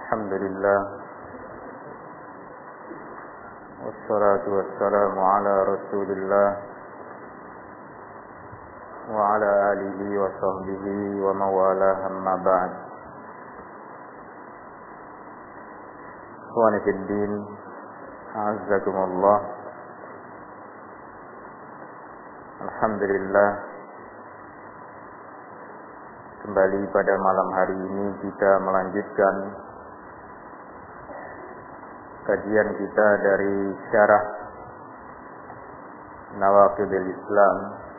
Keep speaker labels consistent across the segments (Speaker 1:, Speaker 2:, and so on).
Speaker 1: Alhamdulillah, wassalatu wassalamu ala rasulillah wa ala alihi wa sahbihi wa mawalah, amma ba'd. Ikhwani fid din, a'azzakumullah. Alhamdulillah, kembali pada malam hari ini kita melanjutkan kajian kita dari syarah Nawaqidul Islam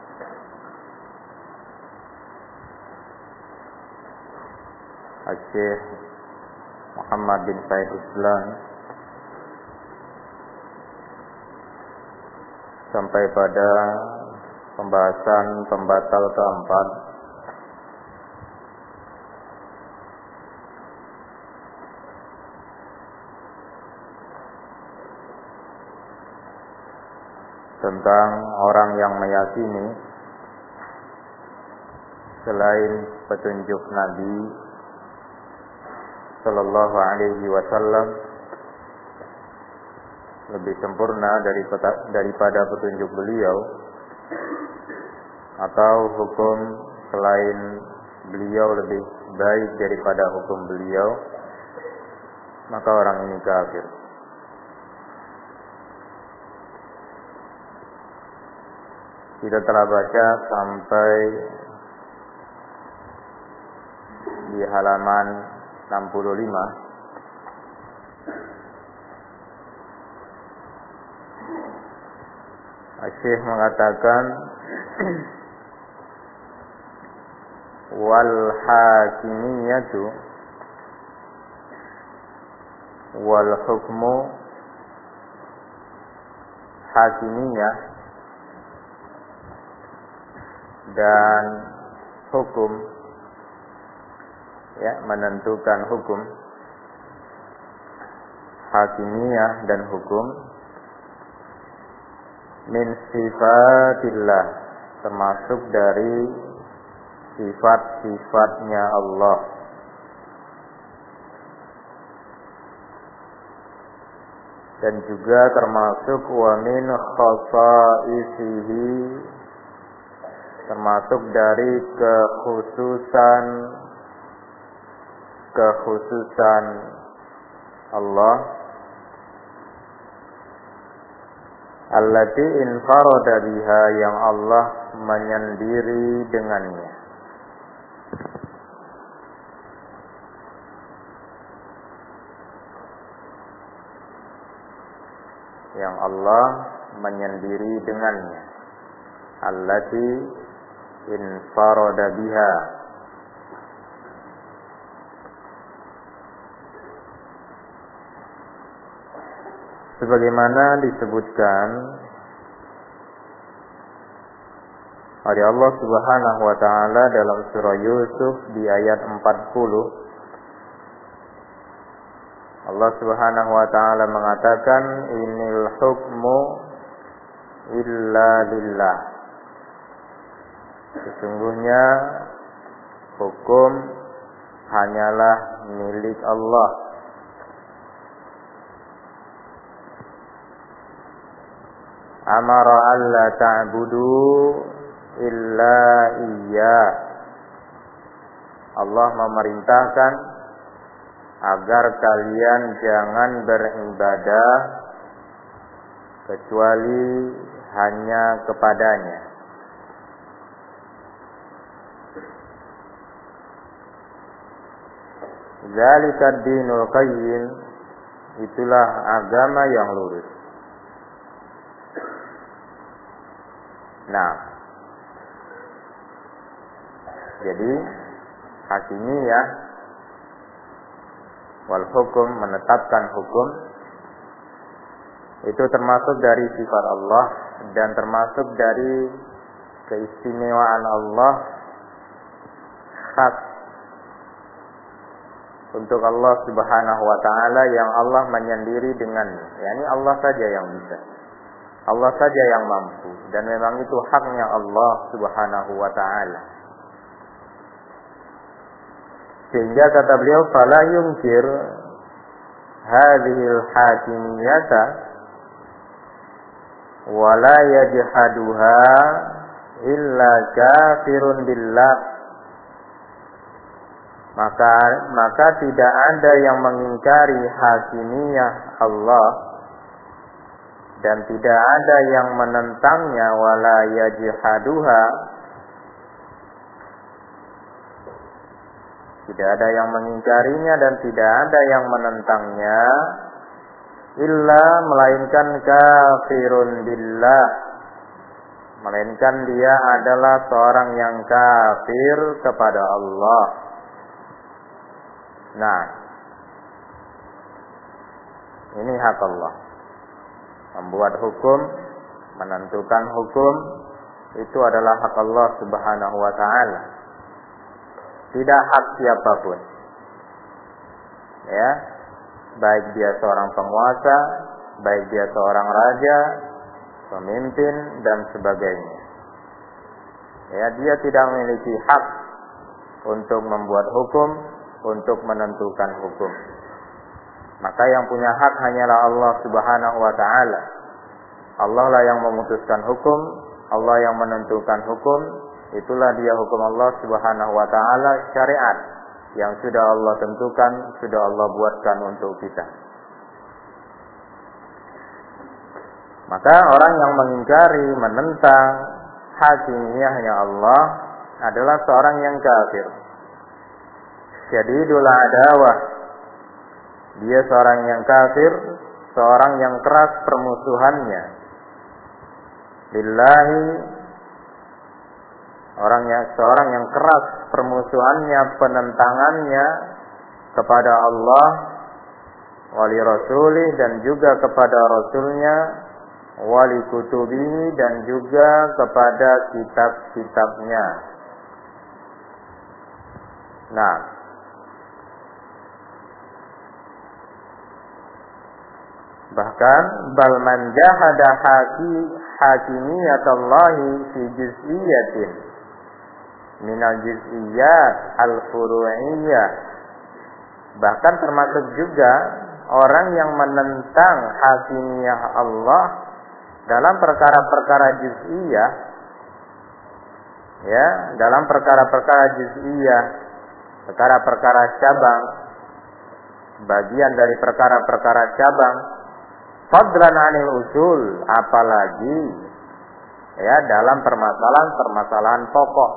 Speaker 1: Syekh Muhammad bin Said Islam sampai pada pembahasan pembatal keempat, tentang orang yang meyakini selain petunjuk Nabi Sallallahu Alaihi Wasallam lebih sempurna daripada petunjuk beliau, atau hukum selain beliau lebih baik daripada hukum beliau, maka orang ini kafir. Kita telah baca sampai di halaman 65. Syekh mengatakan wal hakimiyatu wal hukmu, hakimiyah dan hukum, ya, menentukan hukum, hakimiyah dan hukum, min sifatillah, termasuk dari sifat-sifatnya Allah. Dan juga termasuk wa min khasaisihi, termasuk dari kekhususan Allah, allati infarada biha, yang Allah menyendiri dengannya. Yang Allah menyendiri dengannya. Allati infarada biha, sebagaimana disebutkan oleh Allah Subhanahu wa taala dalam surah Yusuf di ayat 40. Allah Subhanahu wa taala mengatakan, inil hukmu illa lillah, sesungguhnya hukum hanyalah milik Allah. Amara alla ta'budu illa iyyah, Allah memerintahkan agar kalian jangan beribadah kecuali hanya kepadanya. Zalika ad-dinul qayyim, itulah agama yang lurus. Nah, jadi hakimiyah wal hukum, menetapkan hukum, itu termasuk dari sifat Allah dan termasuk dari keistimewaan Allah, khas untuk Allah Subhanahu wa taala, yang Allah menyendiri dengannya. Yani Allah saja yang bisa, Allah saja yang mampu, dan memang itu haknya Allah Subhanahu wa taala. Sehingga kata beliau, fala yungkir hadhil hakimiyata wa la yajhaduha illa kafirun billah, maka tidak ada yang mengingkari hakimiyah Allah dan tidak ada yang menentangnya, wala yajhaduha, tidak ada yang mengingkarinya dan tidak ada yang menentangnya, illa melainkan kafirun billah, melainkan dia adalah seorang yang kafir kepada Allah. Nah, ini hak Allah. Membuat hukum, menentukan hukum, itu adalah hak Allah Subhanahu wa ta'ala. Tidak hak siapapun. Ya, baik dia seorang penguasa, baik dia seorang raja, pemimpin dan sebagainya. Ya, dia tidak memiliki hak untuk membuat hukum, untuk menentukan hukum. Maka yang punya hak hanyalah Allah Subhanahu wa ta'ala. Allah lah yang memutuskan hukum, Allah yang menentukan hukum. Itulah dia hukum Allah Subhanahu wa ta'ala, syariat yang sudah Allah tentukan, sudah Allah buatkan untuk kita. Maka orang yang mengingkari, menentang hakimiyahnya Allah adalah seorang yang kafir. Syadidul adawah, dia seorang yang kafir, seorang yang keras permusuhannya lillahi, seorang yang keras permusuhannya, penentangannya kepada Allah, wali rasulih, dan juga kepada rasulnya, wali kutubihi, dan juga kepada kitab-kitabnya. Nah, bahkan bal man jahada hakimiyatallahi fi juz'iyatin minal juz'iyat al-furu'iyyah, bahkan termasuk juga orang yang menentang hakimiyah Allah dalam perkara-perkara juz'iyah, ya, dalam perkara-perkara juz'iyah, perkara-perkara cabang, bagian dari perkara-perkara cabang, fadlan anil usul, apalagi ya dalam permasalahan pokok.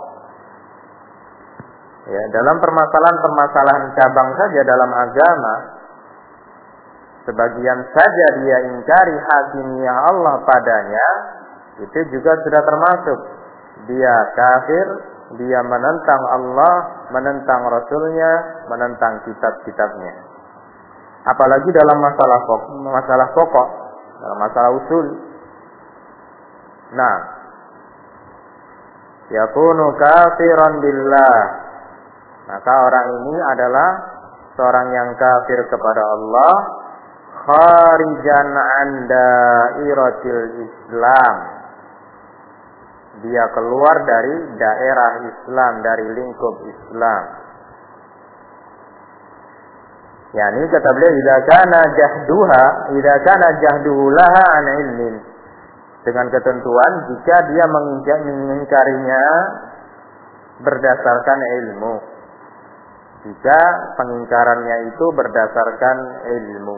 Speaker 1: Ya, dalam permasalahan cabang saja dalam agama, sebagian saja dia ingkari hakimiyah Allah padanya, itu juga sudah termasuk dia kafir, dia menentang Allah, menentang Rasulnya, menentang kitab-kitabnya. Apalagi dalam masalah pokok, dalam masalah usul. Nah, yakunu kafiran billah, maka orang ini adalah seorang yang kafir kepada Allah, kharijan an dairatil Islam, dia keluar dari daerah Islam, dari lingkup Islam. Yani kata beliau, idza kana jahduhu laha an ilmin, dengan ketentuan jika dia mengingkarinya berdasarkan ilmu, jika pengingkarannya itu berdasarkan ilmu.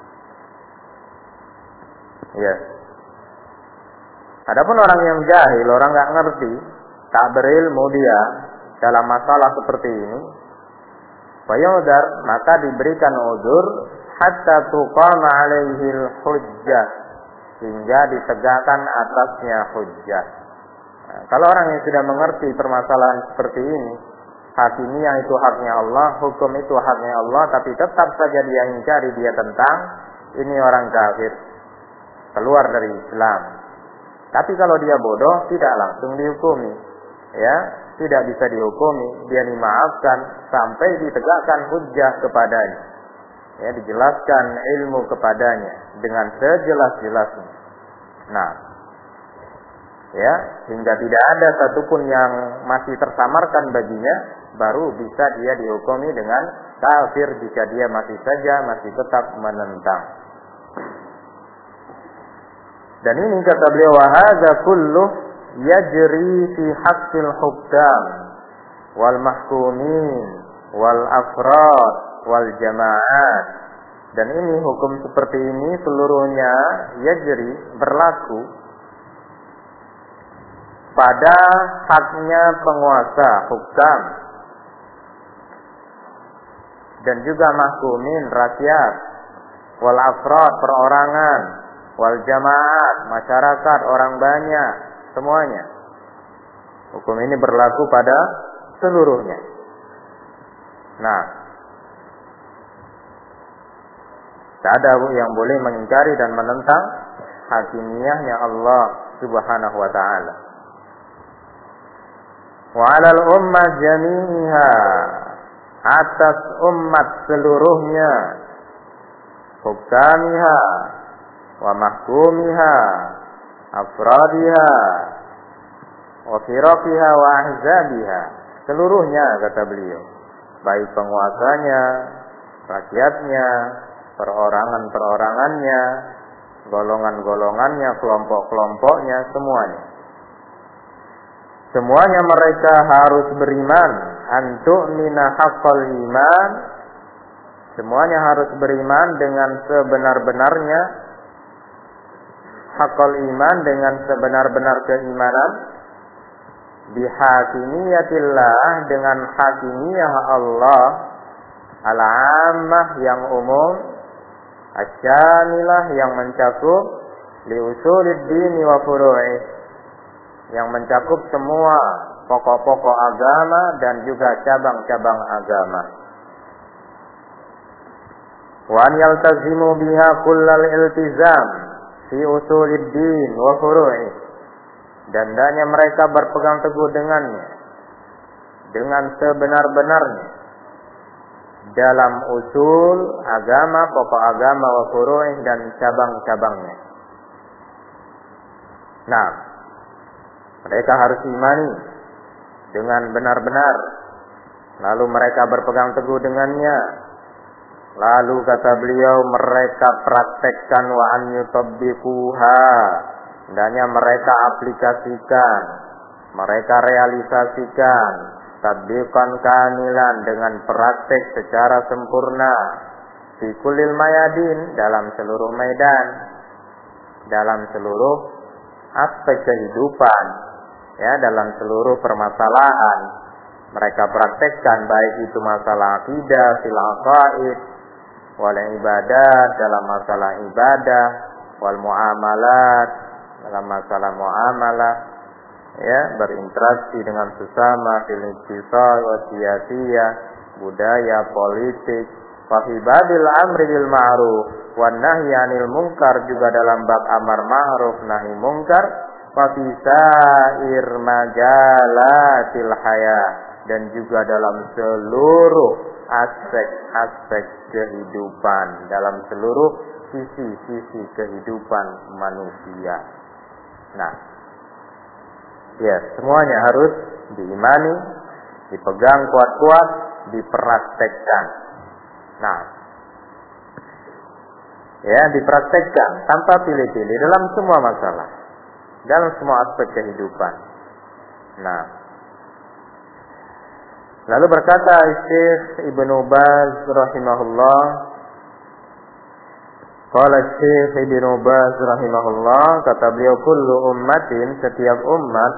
Speaker 1: Ya. Adapun orang yang jahil, orang enggak ngerti, tak berilmu dia dalam masalah seperti ini, fayudar, maka diberikan udzur hatta tuqama alaihil hujjah, hingga ditegakkan atasnya hujjah. Nah, kalau orang yang sudah mengerti permasalahan seperti ini, hakimiyah itu haknya Allah, hukum itu haknya Allah, tapi tetap saja dia ingkari, dia tentang, ini orang kafir, keluar dari Islam. Tapi kalau dia bodoh, tidak langsung dihukumi, ya, tidak bisa dihukumi, dia dimaafkan sampai ditegakkan hujjah kepadanya, ya, dijelaskan ilmu kepadanya dengan sejelas-jelasnya. Nah, ya, hingga tidak ada satupun yang masih tersamarkan baginya, baru bisa dia dihukumi dengan kafir jika dia masih tetap menentang. Dan ini kata beliau, wa hadza kullu yajri fi haqqil hukam wal mahkumin wal afrad wal jamaat. Dan ini hukum seperti ini seluruhnya yajri, berlaku pada haknya penguasa, hukam, dan juga mahkumin, rakyat, wal afrad, perorangan, wal jamaat, masyarakat, orang banyak, semuanya. Hukum ini berlaku pada seluruhnya. Nah, tak ada yang boleh mengingkari dan menentang hakimiyahnya Allah Subhanahu wa ta'ala. Wa 'alal ummah jami'iha, atas umat seluruhnya, hukamiha wa mahkumiha, afradiha wa firaqiha wa ahzabiha, seluruhnya kata beliau, baik penguasanya, rakyatnya, perorangan-perorangannya, golongan-golongannya, kelompok-kelompoknya, semuanya mereka harus beriman, antu'mina haqqal iman, semuanya harus beriman dengan sebenar-benarnya haqqal iman, dengan sebenar-benar keimanan, bihakimiyatillah, dengan hakimiyah Allah, al-ammah yang umum, asyamilah yang mencakup, liusulid dini wa furu'ih, yang mencakup semua pokok-pokok agama dan juga cabang-cabang agama. Wa an yaltazimu biha kullal iltizam fi usulid din wa furu'ih, dan hendaknya mereka berpegang teguh dengannya dengan sebenar-benarnya dalam usul agama, pokok agama, wa furu'ih, dan cabang-cabangnya. Nah, mereka harus imani dengan benar-benar, lalu mereka berpegang teguh dengannya, lalu kata beliau mereka praktekkan, wa an yutabbiquha, hendaknya mereka aplikasikan, mereka realisasikan, tatbiqan kamilan, dengan praktek secara sempurna, fi kullil mayadin, dalam seluruh medan, dalam seluruh aspek kehidupan, ya, dalam seluruh permasalahan mereka praktekkan, baik itu masalah akidah, fil aqaid, wal ibadat, dalam masalah ibadah, wal muamalat, dalam masalah muamalah, ya, berinteraksi dengan sesama, fil iqtisad wa siyasiyah, budaya, politik, wa fi babil amri bil ma'ruf wan nahyi 'anil munkar, juga dalam bab amar ma'ruf nahi munkar, wa fi sa'ir majalatil hayah, dan juga dalam seluruh aspek-aspek kehidupan, dalam seluruh sisi-sisi kehidupan manusia. Nah, ya, semuanya harus diimani, dipegang kuat-kuat, dipraktekkan. Nah, ya, dipraktekkan tanpa pilih-pilih dalam semua masalah, dalam semua aspek kehidupan. Nah, lalu berkata Syekh Ibnu Baz rahimahullah, qala Syekh Ibnu Baz rahimahullah, kata beliau, kullu ummatin, setiap umat,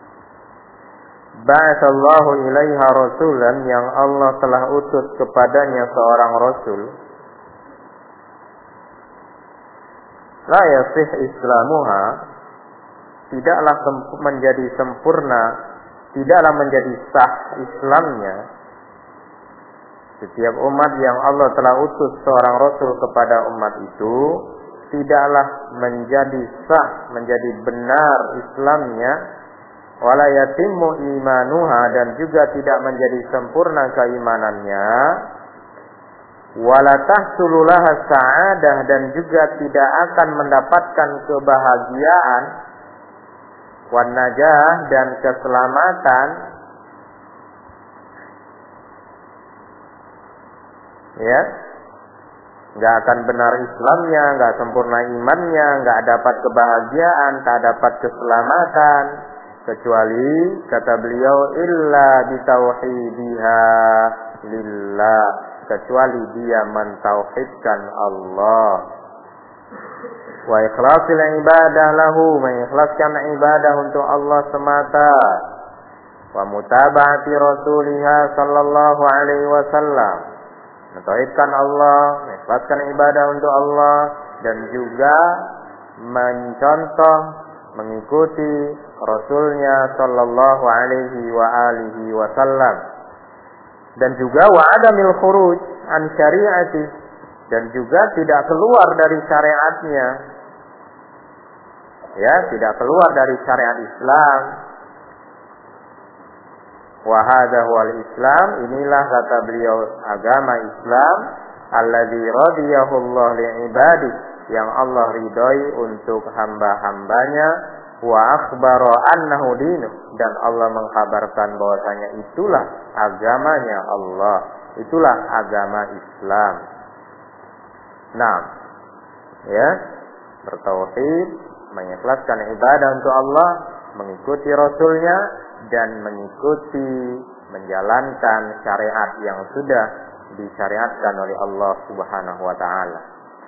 Speaker 1: ba'atsallahu ilaiha rasulan, yang Allah telah utus kepadanya seorang rasul, la yasih islamuha, tidaklah menjadi sempurna, tidaklah menjadi sah Islamnya. Setiap umat yang Allah telah utus seorang rasul kepada umat itu, tidaklah menjadi sah, menjadi benar Islamnya, wala yatimmu imanuha, dan juga tidak menjadi sempurna keimanannya, wala tahsulu laha sa'adah, dan juga tidak akan mendapatkan kebahagiaan, wan najah, dan keselamatan, ya, nggak akan benar Islamnya, nggak sempurna imannya, nggak dapat kebahagiaan, tak dapat keselamatan, kecuali kata beliau illa bitauhidiha lillah, kecuali dia mentauhidkan Allah, wa ikhlasil ibadah lahu, mengikhlaskan ibadah untuk Allah semata, wa mutaba'ati rasulihah sallallahu alaihi wasallam, mentauhidkan Allah, mengikhlaskan ibadah untuk Allah, dan juga mencontoh, mengikuti Rasulnya sallallahu alaihi wa alihi wasallam, dan juga wa adamil khuruj an syari'ati, dan juga tidak keluar dari syariatnya, ya, tidak keluar dari syariat Islam. Wa hadza huwal Islam, inilah kata beliau agama Islam, alladzi radiyahu Allah li ibadi, yang Allah ridhoi untuk hamba-hambanya, wa akhbara annahu dinu, dan Allah mengkabarkan bahwasanya itulah agamanya Allah, itulah agama Islam. Nah, ya, bertauhid, mengikhlaskan ibadah untuk Allah, mengikuti Rasulnya, dan mengikuti, menjalankan syariat yang sudah disyariatkan oleh Allah Subhanahu wa ta'ala.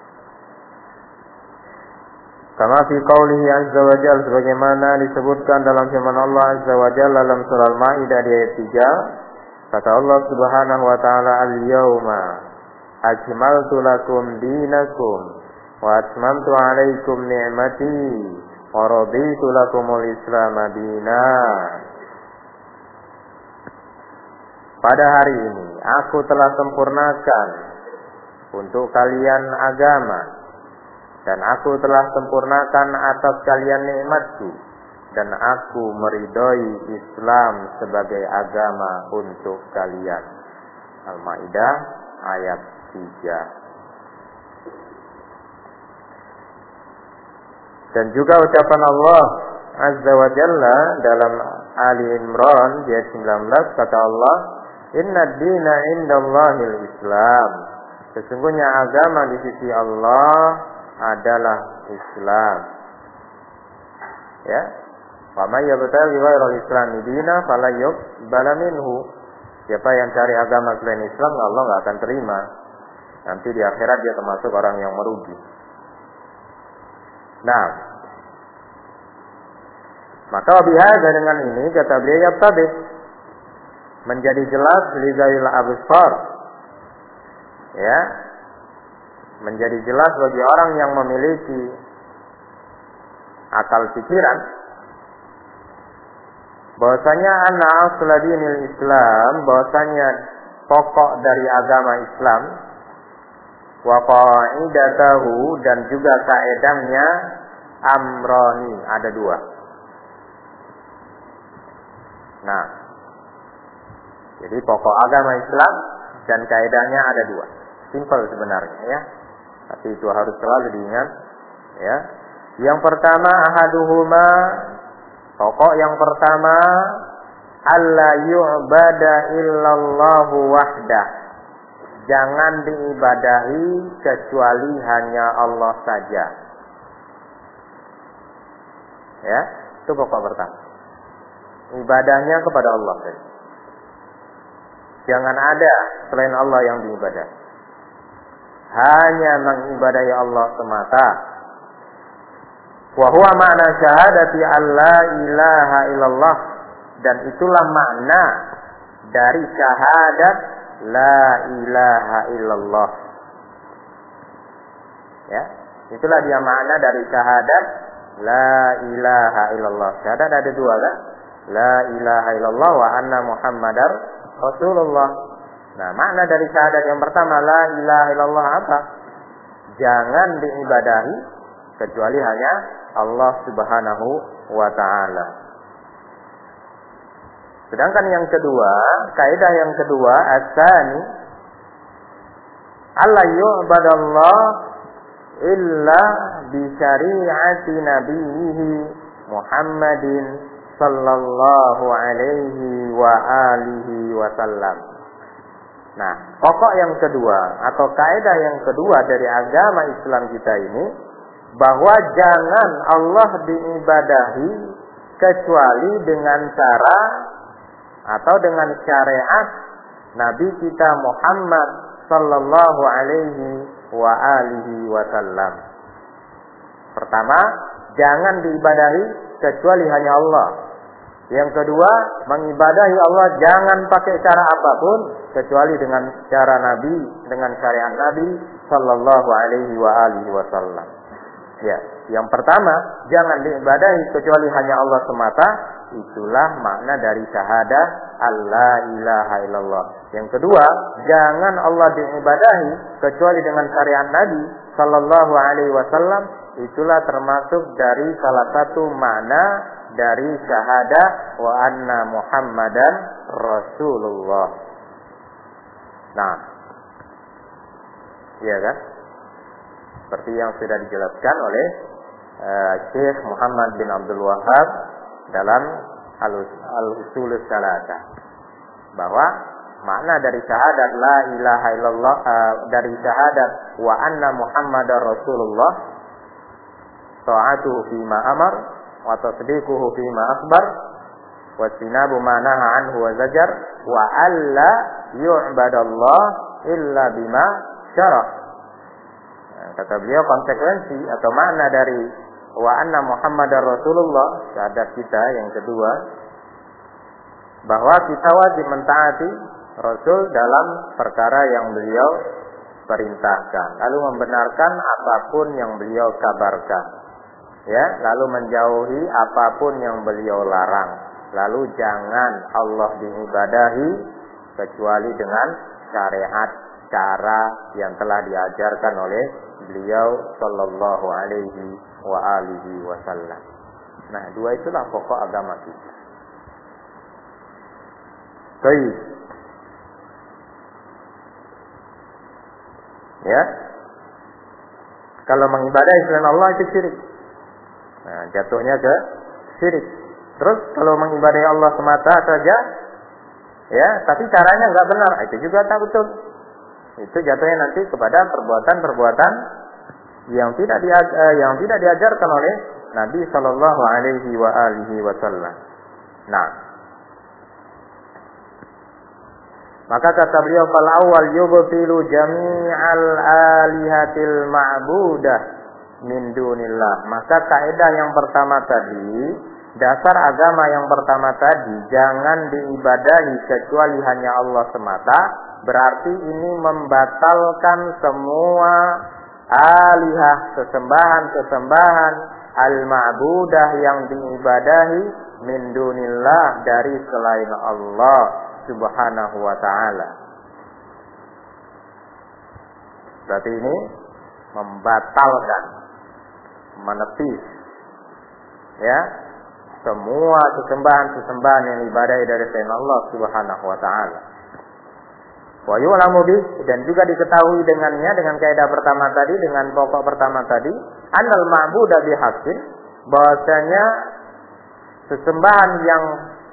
Speaker 1: Kama fi qaulihi azza wa jalla, sebagaimana disebutkan dalam firman Allah azza wa jalla dalam surah Al-Maidah di ayat 3, kata Allah Subhanahu wa ta'ala, al-yawma akmaltu lakum dinakum wa atmamtu 'alaikum ni'mati wa raditu lakumul Islam dinan. Pada hari ini aku telah sempurnakan untuk kalian agama, dan aku telah sempurnakan atas kalian nikmatku, dan aku meridhoi Islam sebagai agama untuk kalian. Al-Maidah ayat 3. Dan juga ucapan Allah Azza wa Jalla dalam Ali Imran ayat 19, kata Allah, inna ad-dina indallahil Islam, sesungguhnya agama di sisi Allah adalah Islam. Ya, wa may yabtaghi ghairal islami dina fala yuqbala minhu, siapa yang cari agama selain Islam, Allah enggak akan terima. Nanti di akhirat dia termasuk orang yang merugi. Nah, maka bihadza, dengan ini kata beliau, yattabi, menjadi jelas lizail absar, ya, menjadi jelas bagi orang yang memiliki akal pikiran, bahwasanya anna asla dinil Islam, bahwasanya pokok dari agama Islam, wa qaidatahu, dan juga kaedahnya, amroni, ada dua. Nah, jadi pokok agama Islam dan kaedahnya ada dua. Simpel sebenarnya, ya, tapi itu harus selalu diingat, ya. Yang pertama, ahaduhuma, pokok yang pertama, alla yu'bada illallahu wahdah, jangan diibadahi kecuali hanya Allah saja. Ya, itu pokok pertama. Ibadahnya kepada Allah saja. Jangan ada selain Allah yang diibadahi. Hanya mengibadahi Allah semata. Wa huwa ma'na syahadati alla ilaha illallah, dan itulah makna dari syahadat la ilaha illallah. Ya, itulah dia makna dari syahadat la ilaha illallah. Syahadat ada dua, kan? La ilaha illallah wa anna Muhammadar Rasulullah. Nah, makna dari syahadat yang pertama la ilaha illallah apa? Jangan diibadahi kecuali hanya Allah Subhanahu wa ta'ala. Sedangkan yang kedua, kaidah yang kedua, as-tsani, alla yu'badallah illa bi syari'ati nabiyhi Muhammadin sallallahu alaihi wa alihi wasallam. Nah, pokok yang kedua atau kaidah yang kedua dari agama Islam kita ini, bahwa jangan Allah diibadahi kecuali dengan cara atau dengan syariat Nabi kita Muhammad sallallahu alaihi wa alihi wasallam. Pertama, jangan diibadahi kecuali hanya Allah. Yang kedua, mengibadahi Allah jangan pakai cara apapun kecuali dengan cara Nabi, dengan syariat Nabi sallallahu alaihi wa alihi wasallam. Ya, yang pertama, jangan diibadahi kecuali hanya Allah semata. Itulah makna dari syahadah Allah ilaha illallah. Yang kedua, jangan Allah diibadahi kecuali dengan syariat Nabi sallallahu alaihi wasallam. Itulah termasuk dari salah satu makna dari syahadah wa anna Muhammadan Rasulullah. Nah, iya kan? Seperti yang sudah dijelaskan oleh Syekh Muhammad bin Abdul Wahhab dalam Al-Usul Salatah, bahwa makna dari syahadat la ilaha illallah, dari syahadat wa anna Muhammadar Rasulullah, ta'atuhu fima amar wa tasdiquhu fima akhbar wa tinabu ma naha anhu wa zajar wa alla yu'badallah illa bima syara'. Kata beliau, konsekuensi atau makna dari wa anna Muhammadar Rasulullah, syahadat kita yang kedua, bahwa kita wajib mentaati Rasul dalam perkara yang beliau perintahkan, lalu membenarkan apapun yang beliau kabarkan, ya, lalu menjauhi apapun yang beliau larang, lalu jangan Allah diibadahi kecuali dengan syariat cara yang telah diajarkan oleh beliau sallallahu alaihi wa alihi wasallam. Nah, dua itulah pokok agama kita. Baik. Ya. Kalau mengibadahi selain Allah itu syirik. Nah, jatuhnya ke syirik. Terus kalau mengibadahi Allah semata saja, ya, tapi caranya enggak benar, itu juga tak betul. Itu jatuhnya nanti kepada perbuatan-perbuatan yang tidak diajarkan oleh Nabi sallallahu alaihi wa alihi wasallam. Nah, maka kata beliau, fal awwal yubtilu jami'al alihatil ma'budah min dunillah. Maka kaidah yang pertama tadi, dasar agama yang pertama tadi, jangan diibadahi kecuali hanya Allah semata, berarti ini membatalkan semua alihah, sesembahan-sesembahan al-ma'budah yang diibadahi min dunillah, dari selain Allah subhanahu wa ta'ala. Berarti ini membatalkan, menepis, ya, semua sesembahan-sesembahan yang diibadahi dari selain Allah subhanahu wa ta'ala. Wa yu'lamu bih, dan juga diketahui dengannya, dengan kaidah pertama tadi, dengan pokok pertama tadi, annal ma'buda bihaqqin, bahwasanya sesembahan yang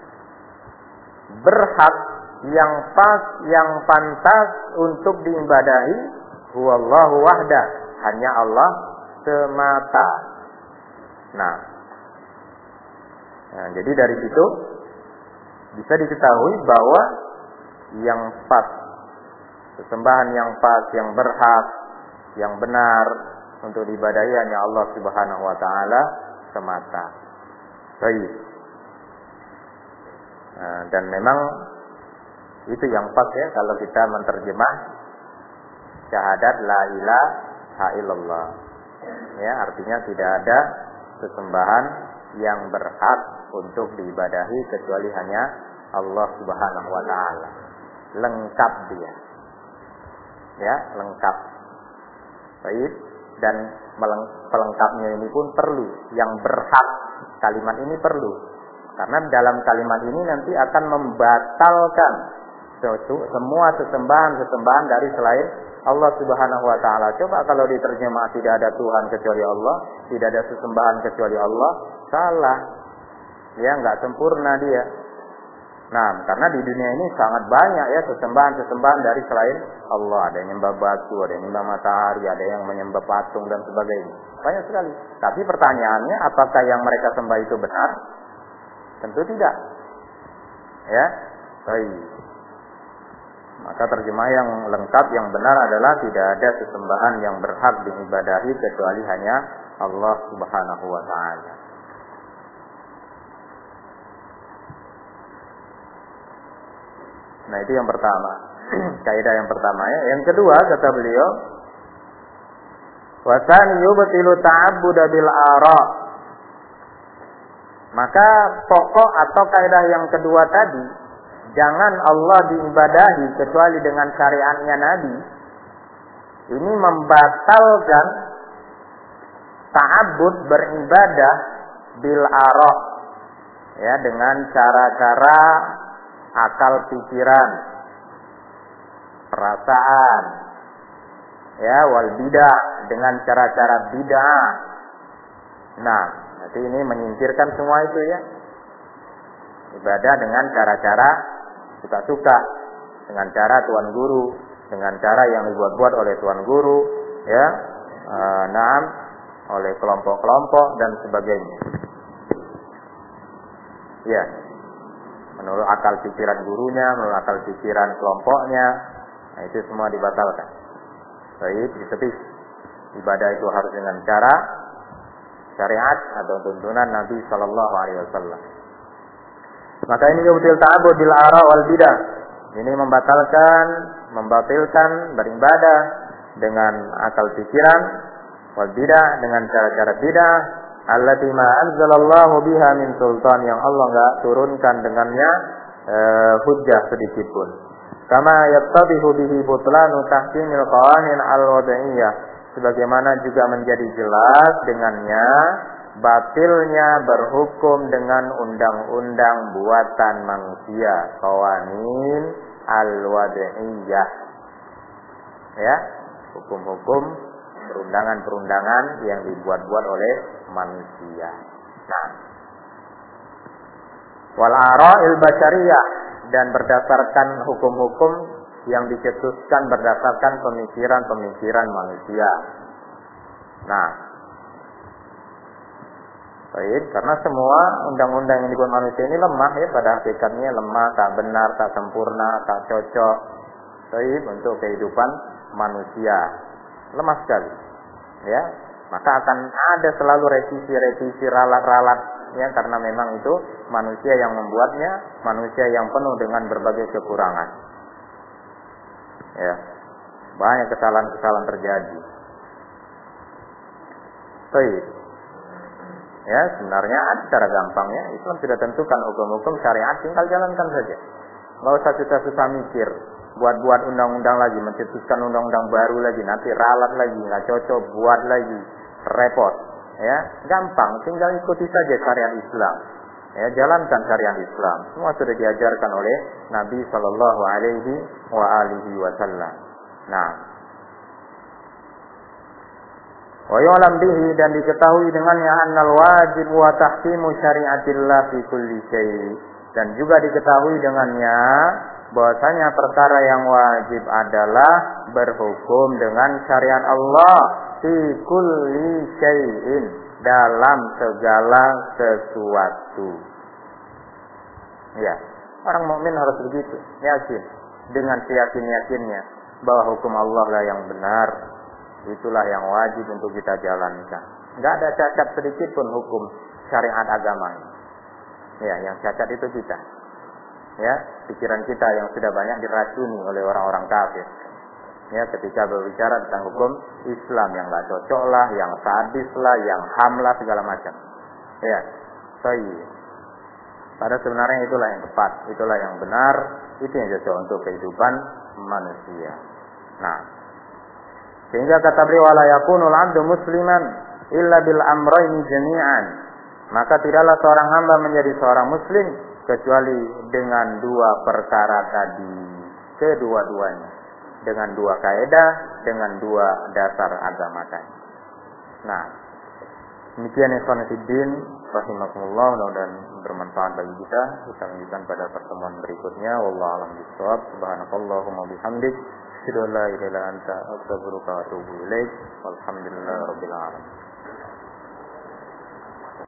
Speaker 1: berhak, yang pas, yang pantas untuk diibadahi, huwallahu wahda, hanya Allah semata. Nah, jadi dari situ bisa diketahui bahwa yang pas, sesembahan yang pas, yang berhak, yang benar untuk diibadahi hanya Allah subhanahu wa ta'ala semata. Baik. Dan memang itu yang pas, ya, kalau kita menerjemah syahadat la ilaha illallah, ya, artinya tidak ada sesembahan yang berhak untuk diibadahi kecuali hanya Allah subhanahu wa ta'ala. Lengkap dia, ya, lengkap. Baik. Dan pelengkapnya ini pun perlu, yang berhak, kalimat ini perlu. Karena dalam kalimat ini nanti akan membatalkan semua sesembahan dari selain Allah subhanahu wa ta'ala. Coba kalau diterjemah tidak ada Tuhan kecuali Allah, tidak ada sesembahan kecuali Allah, salah. Ya, enggak sempurna dia. Nah, karena di dunia ini sangat banyak ya sesembahan-sesembahan dari selain Allah. Ada yang menyembah batu, ada yang menyembah matahari, ada yang menyembah patung dan sebagainya. Banyak sekali. Tapi pertanyaannya, apakah yang mereka sembah itu benar? Tentu tidak. Ya, baik. Maka terjemah yang lengkap, yang benar adalah tidak ada sesembahan yang berhak diibadahi kecuali hanya Allah Subhanahu wa Ta'ala. Nah, itu yang pertama. Kaidah yang pertama ya. Yang kedua kata beliau, wa tsani yubtilu ta'abbud bil ara. Maka pokok atau kaidah yang kedua tadi, jangan Allah diibadahi kecuali dengan syariatnya Nabi. Ini membatalkan ta'abbud beribadah bil ara. Ya, dengan cara-cara akal pikiran, perasaan, ya, wal bidah, dengan cara-cara bid'ah. Nah, nanti ini menyingkirkan semua itu ya. Ibadah dengan cara-cara suka-suka, dengan cara tuan guru, dengan cara yang dibuat-buat oleh tuan guru, ya, oleh kelompok-kelompok dan sebagainya. Ya. Menurut akal pikiran gurunya, menurut akal pikiran kelompoknya, nah itu semua dibatalkan. Baik, ditepis. Ibadah itu harus dengan cara syariat atau tuntunan Nabi Sallallahu Alaihi Wasallam. Maka ini yubtil ta'abbud bil ara wal bidah. Ini membatalkan beribadah dengan akal pikiran, wal bidah, dengan cara-cara bidah. Allati ma anzalallahu biha min sultan, yang Allah enggak turunkan dengannya hujjah sedikit pun. Kama yattabihu bihi butlanu tahkimil qawanin al-wad'iyah, sebagaimana juga menjadi jelas dengannya batilnya berhukum dengan undang-undang buatan manusia, qawanin al-wad'iyah. Ya, hukum-hukum perundangan-perundangan yang dibuat-buat oleh manusia. Nah, wal ara'il basyariyah, dan berdasarkan hukum-hukum yang dicetuskan berdasarkan pemikiran-pemikiran manusia. Nah, baik, karena semua undang-undang yang dibuat manusia ini lemah ya, pada hakikatnya lemah, tak benar, tak sempurna, tak cocok baik untuk kehidupan manusia. Lemah sekali, ya. Maka akan ada selalu revisi, ralat-ralat, ya, karena memang itu manusia yang membuatnya, manusia yang penuh dengan berbagai kekurangan. Ya, banyak kesalahan-kesalahan terjadi. Baik. Ya, sebenarnya secara gampangnya Islam sudah tentukan hukum-hukum syariat, tinggal jalankan saja. Nggak usah susah-susah mikir, buat-buat undang-undang lagi, mencetuskan undang-undang baru lagi, nanti ralat lagi, nggak cocok, buat lagi, repot. Ya, gampang, tinggal ikuti saja syariat Islam. Ya, jalankan syariat Islam. Semua sudah diajarkan oleh Nabi Sallallahu Alaihi Wasallam. Nah, wa yu'lam bihi, dan diketahui dengannya annal wajib wa tahkimu syariatillah fi kulli syai', dan juga diketahui dengannya bahwasanya perkara yang wajib adalah berhukum dengan syariat Allah fi kulli syai'in, dalam segala sesuatu. Ya, orang mukmin harus begitu, yakin dengan seyakin-yakinnya bahwa hukum Allah lah yang benar, itulah yang wajib untuk kita jalankan. Enggak ada cacat sedikit pun hukum syariat agama ini. Ya, yang cacat itu kita. Ya, pikiran kita yang sudah banyak diracuni oleh orang-orang kafir. Ya, ketika berbicara tentang hukum Islam yang enggak cocok lah, yang sadis lah, yang ham lah, segala macam. Ya, padahal sebenarnya itulah yang tepat, itulah yang benar, itu yang cocok untuk kehidupan manusia. Nah, sehingga kata beliau, wala yakunul 'abdu musliman illa bil amrayni jami'an. Maka tidaklah seorang hamba menjadi seorang muslim kecuali dengan dua perkara tadi, kedua-duanya, dengan dua kaidah, dengan dua dasar agama tadi. Nah, demikian ikhwan fillah rahimakumullah, mudah-mudahan bermanfaat bagi kita. Kita lanjutkan pada pertemuan berikutnya. Wallahu a'lam bishawab. Subhanakallahumma bihamdik, asyhadu an la ilaha illa anta, astaghfiruka wa atubu ilaik. Walhamdulillahirabbil alamin.